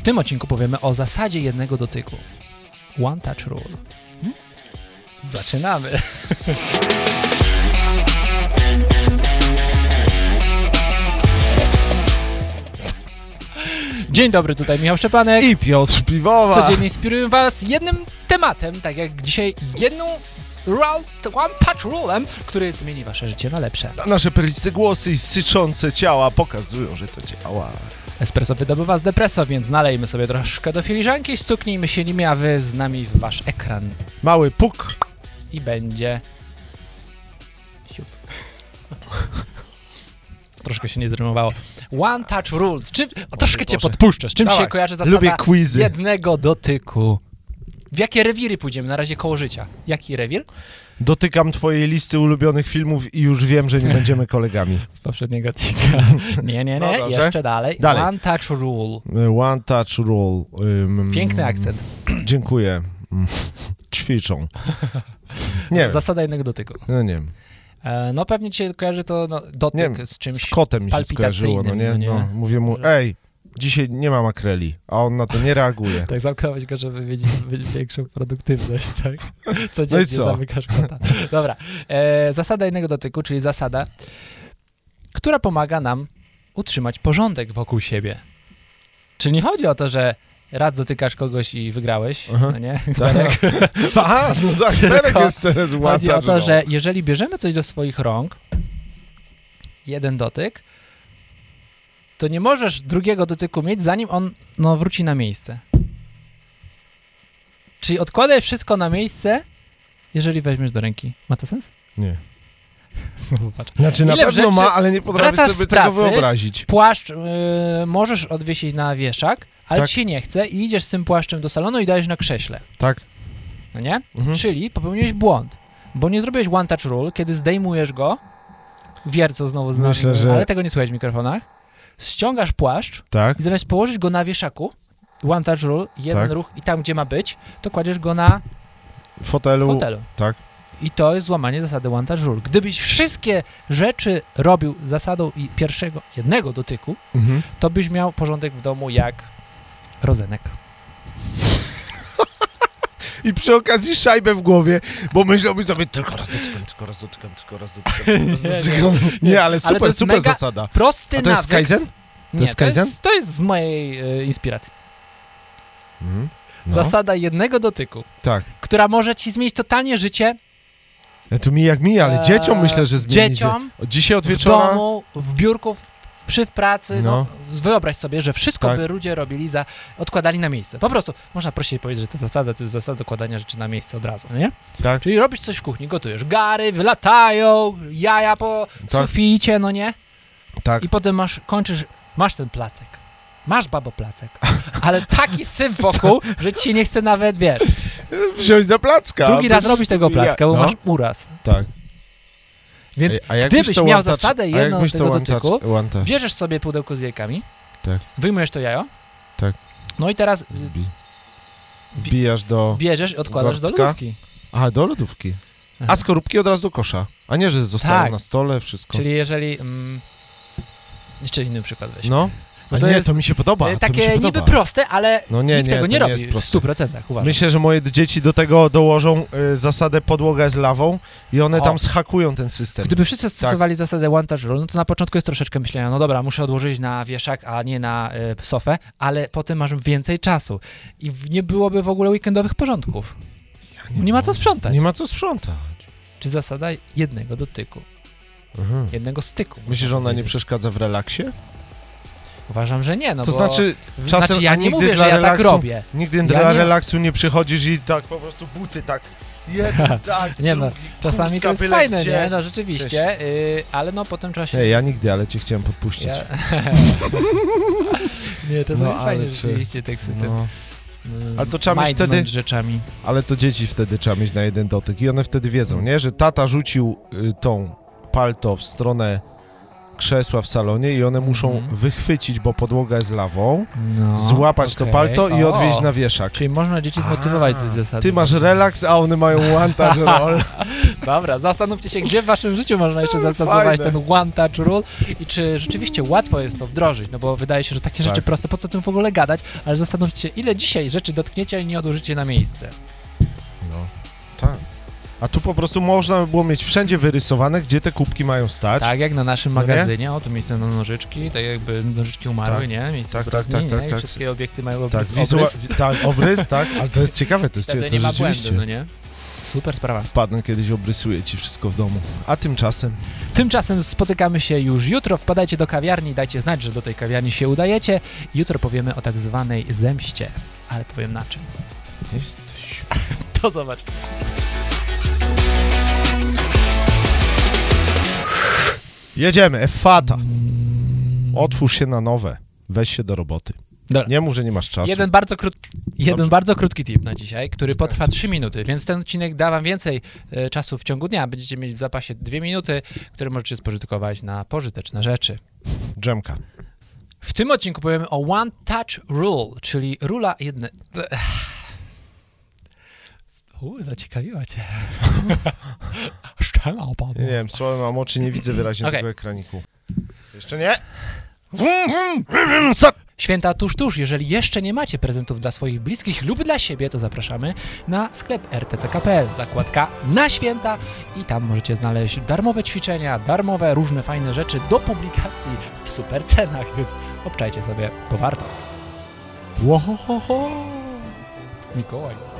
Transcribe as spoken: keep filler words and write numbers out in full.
tym odcinku powiemy o zasadzie jednego dotyku. One touch rule. Hmm? Zaczynamy. Dzień dobry, tutaj Michał Szczepanek i Piotr Piwowa. Codziennie inspiruję was jednym tematem, tak jak dzisiaj jedną roll, one touch rulem, który zmieni wasze życie na lepsze. A nasze perliste głosy i syczące ciała pokazują, że to działa. Espresso wydobywa z depresso, więc nalejmy sobie troszkę do filiżanki, stuknijmy się nimi, a wy z nami w wasz ekran. Mały puk. I będzie... Siup. Troszkę się nie zrymowało. One touch rules. Czym... O, troszkę cię podpuszczę. Z czym Dawaj. się kojarzy zasada Lubię quizy. jednego dotyku? W jakie rewiry pójdziemy? Na razie koło życia. Jaki rewir? Dotykam twojej listy ulubionych filmów i już wiem, że nie będziemy kolegami. Z poprzedniego odcinka. Nie, nie, nie. No jeszcze dalej. dalej. One touch rule. One touch rule. Um, Piękny akcent. Dziękuję. Ćwiczą. Nie wiem. Zasada jednego dotyku. No nie wiem. E, no pewnie ci się kojarzy to no, dotyk Nie, z czymś z kotem mi się skojarzyło, no nie? no nie? No, mówię mu, ej, dzisiaj nie ma makreli, a on na to nie reaguje. Tak, zamknąłeś go, żeby mieć większą produktywność, tak? Codziennie No i co? zamykasz kota. Dobra, e, zasada jednego dotyku, czyli zasada, która pomaga nam utrzymać porządek wokół siebie. Czyli nie chodzi o to, że raz dotykasz kogoś i wygrałeś, Aha. no nie? Tak? Aha, no tak, Berek jest teraz ładny. Chodzi o to, że jeżeli bierzemy coś do swoich rąk, jeden dotyk, to nie możesz drugiego dotyku mieć, zanim on no, wróci na miejsce. Czyli odkładaj wszystko na miejsce, jeżeli weźmiesz do ręki. Ma to sens? Nie. Patrz. Znaczy na Ile pewno rzeczy ma, ale nie potrafię wracasz sobie z pracy, tego wyobrazić. Płaszcz yy, możesz odwiesić na wieszak, ale Tak. ci się nie chce i idziesz z tym płaszczem do salonu i dajesz na krześle. Tak. No nie? Mhm. Czyli popełniłeś błąd, bo nie zrobiłeś one touch rule, kiedy zdejmujesz go, wiercą znowu z nami, Myślę, że- ale tego nie słychać w mikrofonach, ściągasz płaszcz Tak. i zamiast położyć go na wieszaku, one touch rule, jeden Tak. ruch i tam, gdzie ma być, to kładziesz go na W fotelu. fotelu. Tak. I to jest złamanie zasady one touch rule. Gdybyś wszystkie rzeczy robił zasadą i pierwszego, jednego dotyku, Mhm. to byś miał porządek w domu jak Rozenek. I przy okazji szajbę w głowie, bo myślałbyś sobie, tylko raz dotykam, tylko raz dotykam, tylko raz dotykam, tylko raz dotykam. Nie, nie, ale super, to jest super mega zasada. Prosty A to jest nawyk. Kaizen? To Nie, jest Kaizen? To jest, to jest z mojej e, inspiracji. Mhm. No. Zasada jednego dotyku, Tak. która może ci zmienić totalnie życie. Ja to mi jak mi, ale e, dzieciom myślę, że zmieni. Dzieciom, Że... Dzisiaj od w wieczora... domu, w biurku, przy w pracy. No. No. Wyobraź sobie, że wszystko Tak. by ludzie robili, za, odkładali na miejsce. Po prostu, można prościej powiedzieć, że ta zasada to jest zasada dokładania rzeczy na miejsce od razu, nie? Tak. Czyli robisz coś w kuchni, gotujesz, gary wylatają, jaja po Tak. suficie, no nie? Tak. I potem masz, kończysz, masz ten placek. Masz babo placek, ale taki syf wokół, że ci się nie chce nawet, wiesz, Wziąć za placka. drugi bo raz się robisz tego sobie- placka, bo no. masz uraz. Tak. Więc Ej, a jakbyś gdybyś to miał one touch- zasadę a jedną jakbyś tego to one dotyku, touch- one touch- bierzesz sobie pudełko z jajkami, Tak. wyjmujesz to jajo, Tak. no i teraz Wbi- Wbijasz do... bierzesz i odkładasz do Gorcka? lodówki. Aha, do lodówki. Aha. A skorupki od razu do kosza. A nie, że zostało Tak. na stole, wszystko. Czyli jeżeli... Mm, jeszcze inny przykład weź. No. Bo A to nie, jest, to mi się podoba. E, to mi Takie się niby podoba. proste, ale No nie, nikt nie, tego nie to robi jest w proste. stu procentach, uważam. Myślę, że moje dzieci do tego dołożą y, zasadę podłoga z lawą i one O. tam schakują ten system. Gdyby wszyscy stosowali zasadę one touch rule, no to na początku jest troszeczkę myślenia, no dobra, muszę odłożyć na wieszak, a nie na y, sofę, ale potem masz więcej czasu i w, nie byłoby w ogóle weekendowych porządków. Ja Nie ma co sprzątać. Nie ma co sprzątać. Czy zasada jednego dotyku, Mhm. jednego styku. Myślisz, że ona nie powiedzieć. przeszkadza w relaksie? Uważam, że nie, no to bo... znaczy, czasem znaczy ja a nie nigdy mówię, dla że ja relaksu, tak robię. Nigdy Ja dla nie- relaksu nie przychodzisz i tak po prostu buty tak, jeden tak, Nie no, drugi, czasami kurtka to jest byle fajne, gdzie. nie? No rzeczywiście, y, ale no potem trzeba się... Ej, ja nigdy, ale cię chciałem podpuścić. Ja... nie, czasami No, ale fajnie czy- rzeczywiście tak sobie ten, No, mm, Ale to trzeba mieć mindnąć wtedy- rzeczami. ale to dzieci wtedy trzeba mieć na jeden dotyk i one wtedy wiedzą, nie? Że tata rzucił y, tą palto w stronę krzesła w salonie i one muszą Mhm. wychwycić, bo podłoga jest lawą, No, złapać to okej. palto i O, odwieźć na wieszak. Czyli można dzieci zmotywować do tej zasady. Ty masz relaks, a one mają one touch roll. Dobra, zastanówcie się, gdzie w waszym życiu można jeszcze zastosować Fajne. ten one touch rule i czy rzeczywiście łatwo jest to wdrożyć, no bo wydaje się, że takie Tak. rzeczy proste, po co o tym w ogóle gadać, ale zastanówcie się, ile dzisiaj rzeczy dotkniecie i nie odłożycie na miejsce. No, tak. A tu po prostu można by było mieć wszędzie wyrysowane, gdzie te kubki mają stać. Tak jak na naszym No nie? magazynie, o tu miejsce na nożyczki, tak jakby nożyczki umarły, Tak. nie? Miejsce Tak, zbrodni, tak, tak, nie? tak, I tak. wszystkie obiekty mają Tak, obrys, wizua- obrys. wi- tak, obrys, tak, ale to jest ciekawe, to jest Wtedy to nie ma rzeczywiście. błędu, no nie? Super sprawa. Wpadnę kiedyś, obrysuję ci wszystko w domu. A tymczasem Tymczasem spotykamy się już jutro, wpadajcie do kawiarni, dajcie znać, że do tej kawiarni się udajecie. Jutro powiemy o tak zwanej zemście, ale powiem na czym. jesteś... Do zobaczenia. Jedziemy, Effata. Otwórz się na nowe. Weź się do roboty. Dobra. Nie mów, że nie masz czasu. Jeden bardzo, krót... Jeden Dobrze. bardzo krótki tip na dzisiaj, który potrwa Tak, trzy minuty, więc ten odcinek da wam więcej e, czasu w ciągu dnia. Będziecie mieć w zapasie dwie minuty, które możecie spożytkować na pożyteczne rzeczy. Dżemka. W tym odcinku powiemy o One Touch Rule, czyli rula jedne... Uuu, zaciekawiła cię. Szczela opadła. Nie wiem, słabe mam oczy, nie widzę wyraźnie Okej. tego ekraniku. Jeszcze nie? Święta tuż, tuż. Jeżeli jeszcze nie macie prezentów dla swoich bliskich lub dla siebie, to zapraszamy na sklep r t c k kropka p l, zakładka na święta i tam możecie znaleźć darmowe ćwiczenia, darmowe różne fajne rzeczy do publikacji w super cenach, więc obczajcie sobie, bo warto. Łohohoho. Mikołaj.